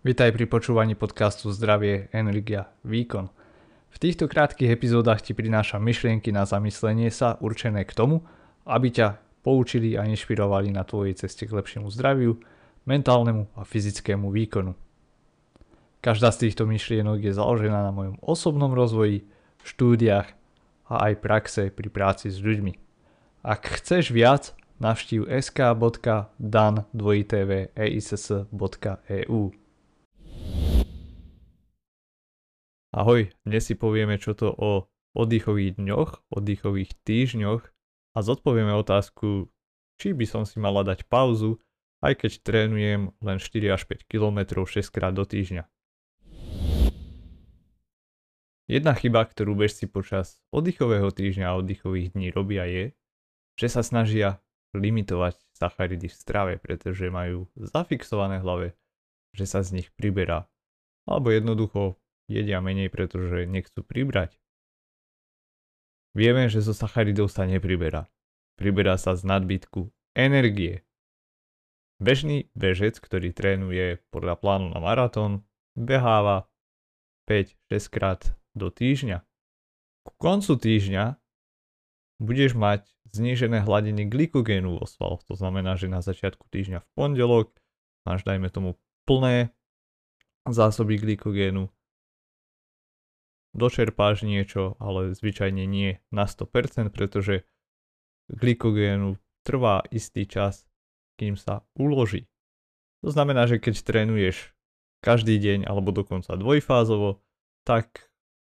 Vitaj pri počúvaní podcastu Zdravie, energia, výkon. V týchto krátkych epizódach ti prinášam myšlienky na zamyslenie sa určené k tomu, aby ťa poučili a inšpirovali na tvojej ceste k lepšiemu zdraviu, mentálnemu a fyzickému výkonu. Každá z týchto myšlienok je založená na mojom osobnom rozvoji, štúdiách a aj praxe pri práci s ľuďmi. Ak chceš viac, navštív sk.dan2tv.eiss.eu. Ahoj, dnes si povieme čo to o oddychových dňoch, oddychových týždňoch a zodpovieme otázku, či by som si mala dať pauzu, aj keď trénujem len 4 až 5 km 6 krát do týždňa. Jedna chyba, ktorú bežci počas oddychového týždňa a oddychových dní robia je, že sa snažia limitovať sacharidy v strave, pretože majú zafixované v hlave, že sa z nich priberá, alebo jednoducho jedia menej, pretože nechcú pribrať. Vieme, že zo sacharidov sa nepriberá. Priberá sa z nadbytku energie. Bežný bežec, ktorý trénuje podľa plánu na maratón, beháva 5-6 krát do týždňa. Ku koncu týždňa budeš mať znížené hladiny glykogénu vo svaloch. To znamená, že na začiatku týždňa v pondelok máš dajme tomu plné zásoby glykogénu, dočerpáš niečo, ale zvyčajne nie na 100%, pretože glykogénu trvá istý čas, kým sa uloží. To znamená, že keď trénuješ každý deň alebo dokonca dvojfázovo, tak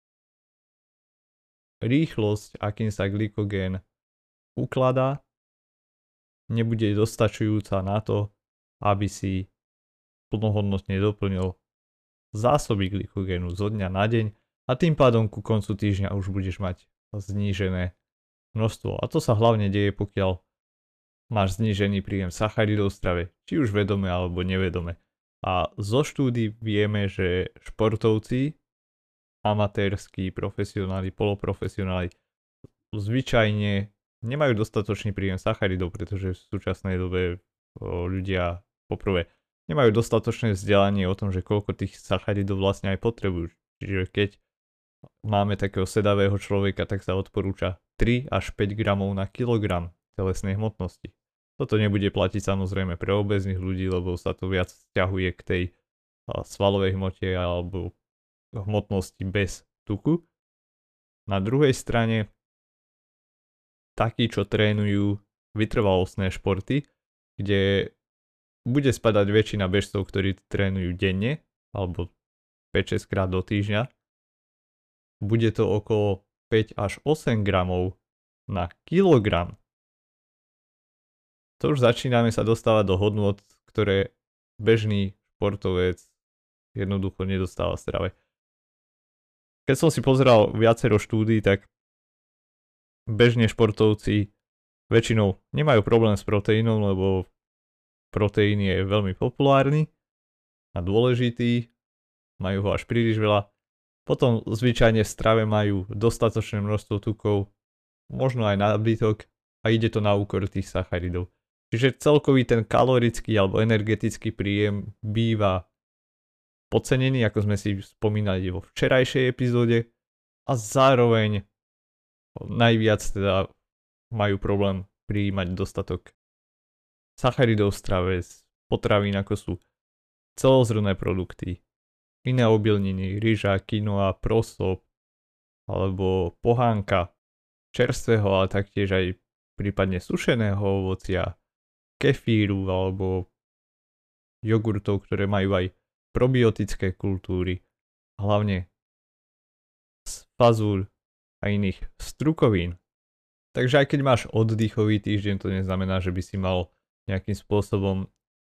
rýchlosť, akým sa glykogén ukladá, nebude dostačujúca na to, aby si plnohodnotne doplnil zásoby glykogénu zo dňa na deň, a tým pádom ku koncu týždňa už budeš mať znížené množstvo. A to sa hlavne deje, pokiaľ máš znížený príjem sacharidov v strave, či už vedome alebo nevedome. A zo štúdí vieme, že športovci, amatérski, profesionáli, poloprofesionáli zvyčajne nemajú dostatočný príjem sacharidov, pretože v súčasnej dobe ľudia poprvé nemajú dostatočné vzdelanie o tom, že koľko tých sacharidov vlastne aj potrebujú. Čiže keď máme takého sedavého človeka, tak sa odporúča 3 až 5 gramov na kilogram telesnej hmotnosti. Toto nebude platiť samozrejme pre obéznych ľudí, lebo sa to viac vzťahuje k tej svalovej hmote alebo hmotnosti bez tuku. Na druhej strane, takí, čo trénujú vytrvalostné športy, kde bude spadať väčšina bežcov, ktorí trénujú denne alebo 5-6 krát do týždňa, bude to okolo 5 až 8 gramov na kilogram. To už začíname sa dostávať do hodnôt, ktoré bežný športovec jednoducho nedostáva v strave. Keď som si pozeral viacero štúdií, tak bežne športovci väčšinou nemajú problém s proteínom, lebo proteín je veľmi populárny a dôležitý, majú ho až príliš veľa. Potom zvyčajne v strave majú dostatočné množstvo tukov, možno aj nadbytok a ide to na úkor tých sacharidov. Čiže celkový ten kalorický alebo energetický príjem býva podcenený, ako sme si spomínali vo včerajšej epizóde, a zároveň najviac teda majú problém prijímať dostatok sacharidov v strave z potravín, ako sú celozrnné produkty, iné obilniny, ryža, quinoa, prosop alebo pohánka čerstvého, ale taktiež aj prípadne sušeného ovocia, kefíru alebo jogurtov, ktoré majú aj probiotické kultúry, hlavne z fazúľ a iných strukovín. Takže aj keď máš oddychový týždeň, to neznamená, že by si mal nejakým spôsobom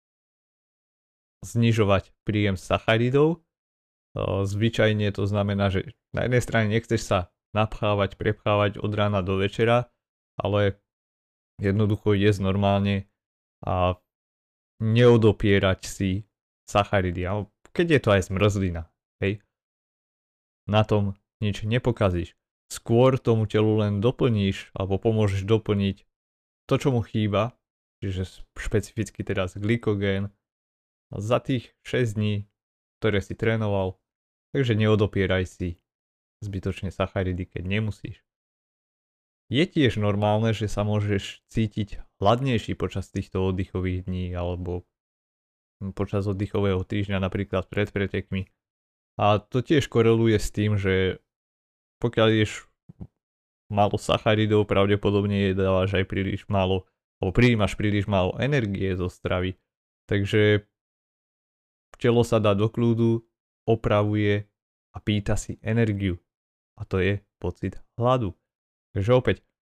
znižovať príjem sacharidov. Zvyčajne to znamená, že na jednej strane nechceš sa napchávať, prepchávať od rána do večera, ale jednoducho jesť normálne a neodopierať si sacharidy. A keď je to aj zmrzlina, hej, na tom nič nepokazíš. Skôr tomu telu len doplníš alebo pomôžeš doplniť to, čo mu chýba, čiže špecificky teraz glykogén. A za tých 6 dní ktoré si trénoval, takže neodopieraj si zbytočne sacharidy, keď nemusíš. Je tiež normálne, že sa môžeš cítiť hladnejší počas týchto oddychových dní alebo počas oddychového týždňa, napríklad pred pretekmi. A to tiež koreluje s tým, že pokiaľ ješ málo sacharidov, pravdepodobne jedávaš aj príliš málo, alebo prijímaš príliš málo energie zo stravy. Takže telo sa dá do kľudu, opravuje a pýta si energiu. A to je pocit hladu. Takže opäť,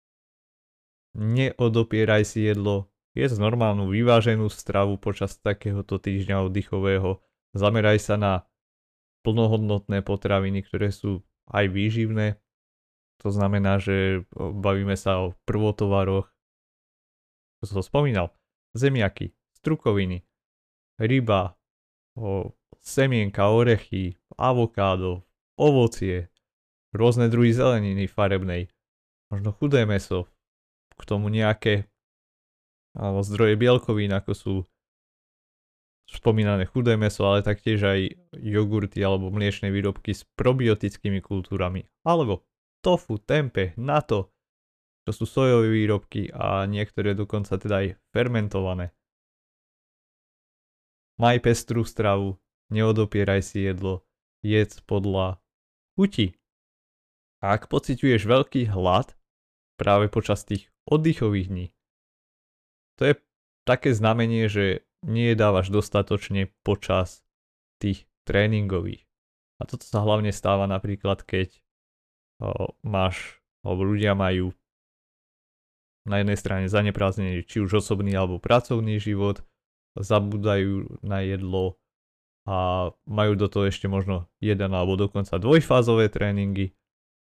neodopieraj si jedlo, jedz normálnu vyváženú stravu počas takéhoto týždňa oddychového. Zameraj sa na plnohodnotné potraviny, ktoré sú aj výživné. To znamená, že bavíme sa o prvotovaroch, čo som spomínal, zemiaky, strukoviny, ryba, semienka, orechy, avokádo, ovocie, rôzne druhy zeleniny farebnej, možno chudé mäso, k tomu nejaké zdroje bielkovín, ako sú spomínané chudé mäso, ale taktiež aj jogurty alebo mliečne výrobky s probiotickými kultúrami, alebo tofu, tempeh, natto, čo sú sojové výrobky a niektoré dokonca teda aj fermentované. Maj pestrú stravu, neodopieraj si jedlo, jedz podľa chuti. A ak pociťuješ veľký hlad práve počas tých oddychových dní, to je také znamenie, že nejedávaš dostatočne počas tých tréningových. A toto sa hlavne stáva napríklad, keď alebo ľudia majú na jednej strane zaneprázdnený či už osobný alebo pracovný život, zabúdajú na jedlo a majú do toho ešte možno jeden alebo dokonca dvojfázové tréningy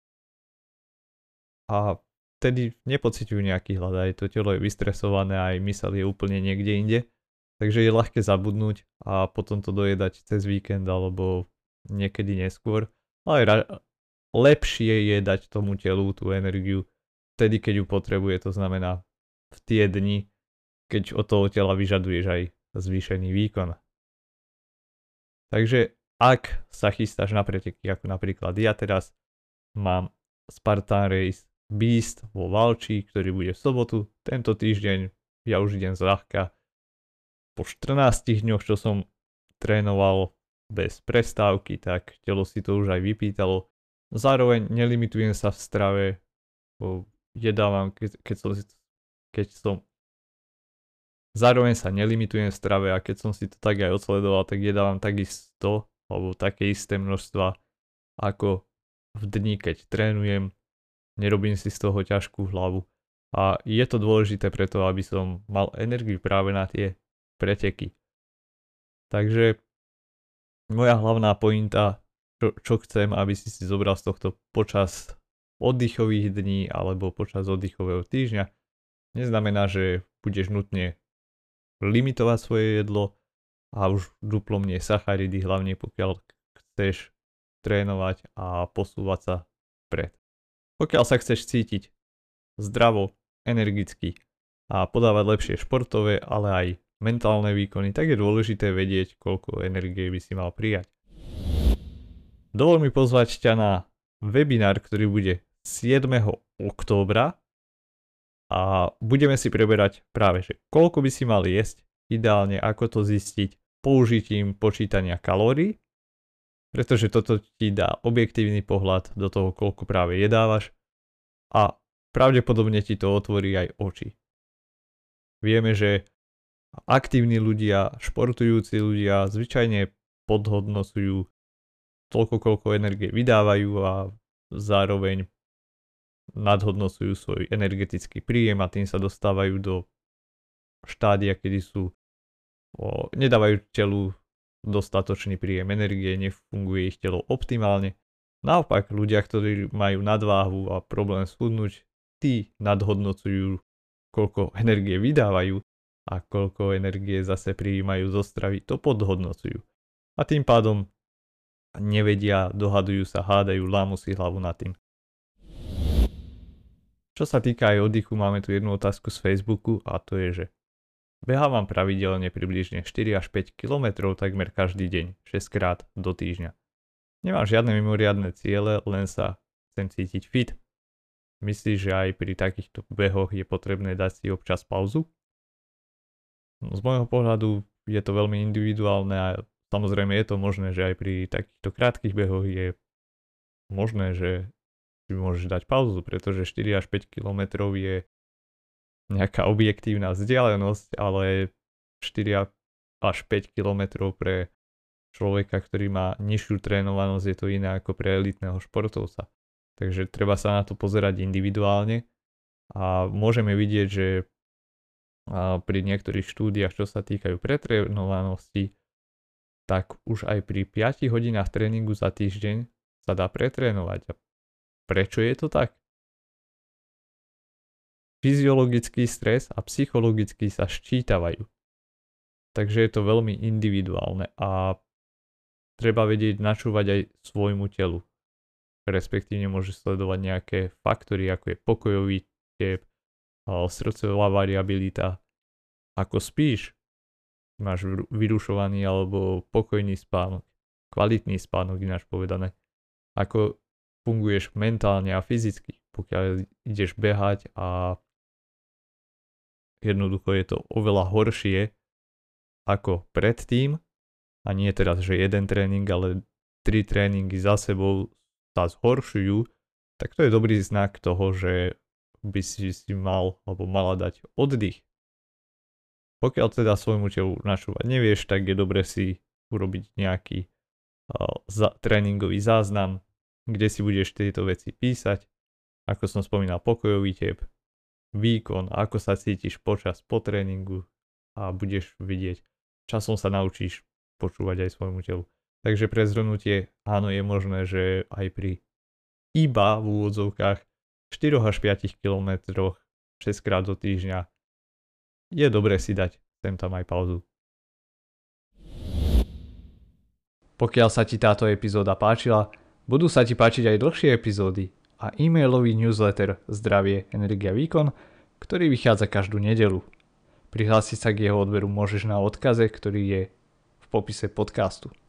a vtedy nepociťujú nejaký hlad, aj to telo je vystresované, aj myseľ je úplne niekde inde, takže je ľahké zabudnúť a potom to dojedať cez víkend alebo niekedy neskôr, ale lepšie je dať tomu telu tú energiu vtedy, keď ju potrebuje, to znamená v tie dni, keď od toho tela vyžaduješ aj zvýšený výkon. Takže ak sa chystáš na preteky, ako napríklad ja teraz mám Spartan Race Beast vo Valči, ktorý bude v sobotu, tento týždeň ja už idem zľahka po 14 dňoch, čo som trénoval bez prestávky, tak telo si to už aj vypýtalo. Zároveň nelimitujem sa v strave, jedávam, zároveň sa nelimitujem v strave a keď som si to tak aj odsledoval, tak jedávam takisto, alebo také isté množstva ako v dni, keď trénujem, nerobím si z toho ťažkú hlavu a je to dôležité preto, aby som mal energiu práve na tie preteky. Takže moja hlavná pointa, čo chcem, aby si zobral z tohto počas oddychových dní alebo počas oddychového týždňa, neznamená, že budeš nutne limitovať svoje jedlo a už duplo menej sacharidy, hlavne pokiaľ chceš trénovať a posúvať sa vpred. Pokiaľ sa chceš cítiť zdravo, energicky a podávať lepšie športové, ale aj mentálne výkony, tak je dôležité vedieť, koľko energie by si mal prijať. Dovol mi pozvať ťa na webinár, ktorý bude 7. októbra a budeme si preberať práve, že koľko by si mal jesť, ideálne ako to zistiť použitím počítania kalórií, pretože toto ti dá objektívny pohľad do toho, koľko práve jedávaš a pravdepodobne ti to otvorí aj oči. Vieme, že aktívni ľudia, športujúci ľudia zvyčajne podhodnocujú toľko, koľko energie vydávajú a zároveň nadhodnocujú svoj energetický príjem a tým sa dostávajú do štádia, kedy nedávajú telu dostatočný príjem energie, nefunguje ich telo optimálne. Naopak, ľudia, ktorí majú nadváhu a problém schudnúť, tí nadhodnocujú, koľko energie vydávajú a koľko energie zase prijímajú zo stravy, to podhodnocujú. A tým pádom nevedia, dohadujú sa, hádajú, lámu si hlavu nad tým. Čo sa týka aj oddychu, máme tu jednu otázku z Facebooku a to je, že Behávam pravidelne približne 4 až 5 km takmer každý deň, 6 krát do týždňa. Nemám žiadne mimoriadne ciele, len sa chcem cítiť fit. Myslíš, že aj pri takýchto behoch je potrebné dať si občas pauzu? No, z môjho pohľadu je to veľmi individuálne a samozrejme je to možné, že aj pri takýchto krátkych behoch je možné, že si môžeš dať pauzu, pretože 4 až 5 km je nejaká objektívna vzdialenosť, ale 4 až 5 km pre človeka, ktorý má nižšiu trénovanosť, je to iné ako pre elitného športovca. Takže treba sa na to pozerať individuálne a môžeme vidieť, že pri niektorých štúdiách, čo sa týkajú pretrénovanosti, tak už aj pri 5 hodinách tréningu za týždeň sa dá pretrénovať. A prečo je to tak? Fyziologický stres a psychologický sa ščítavajú. Takže je to veľmi individuálne a treba vedieť načúvať aj svojmu telu. Respektívne môžeš sledovať nejaké faktory, ako je pokojový tep, srdcová variabilita, ako spíš, máš vyrušovaný alebo pokojný spánok, kvalitný spánok ináč povedané, ako funguješ mentálne a fyzicky, pokiaľ ideš behať a jednoducho je to oveľa horšie ako predtým a nie teraz, že jeden tréning, ale 3 tréningy za sebou sa zhoršujú, tak to je dobrý znak toho, že by si mal alebo mala dať oddych. Pokiaľ teda svojmu telu načúvať nevieš, tak je dobre si urobiť nejaký tréningový záznam, kde si budeš tieto veci písať, ako som spomínal, pokojový tep, výkon, ako sa cítiš po tréningu a budeš vidieť, časom sa naučíš počúvať aj svojmu telu. Takže pre zhrnutie, áno, je možné, že aj pri iba v úvodzovkách 4 až 5 km 6 krát do týždňa je dobré si dať sem tam aj pauzu. Pokiaľ sa ti táto epizóda páčila, budú sa ti páčiť aj dlhšie epizódy a e-mailový newsletter Zdravie, energia, výkon, ktorý vychádza každú nedeľu. Prihlásiť sa k jeho odberu môžeš na odkaze, ktorý je v popise podcastu.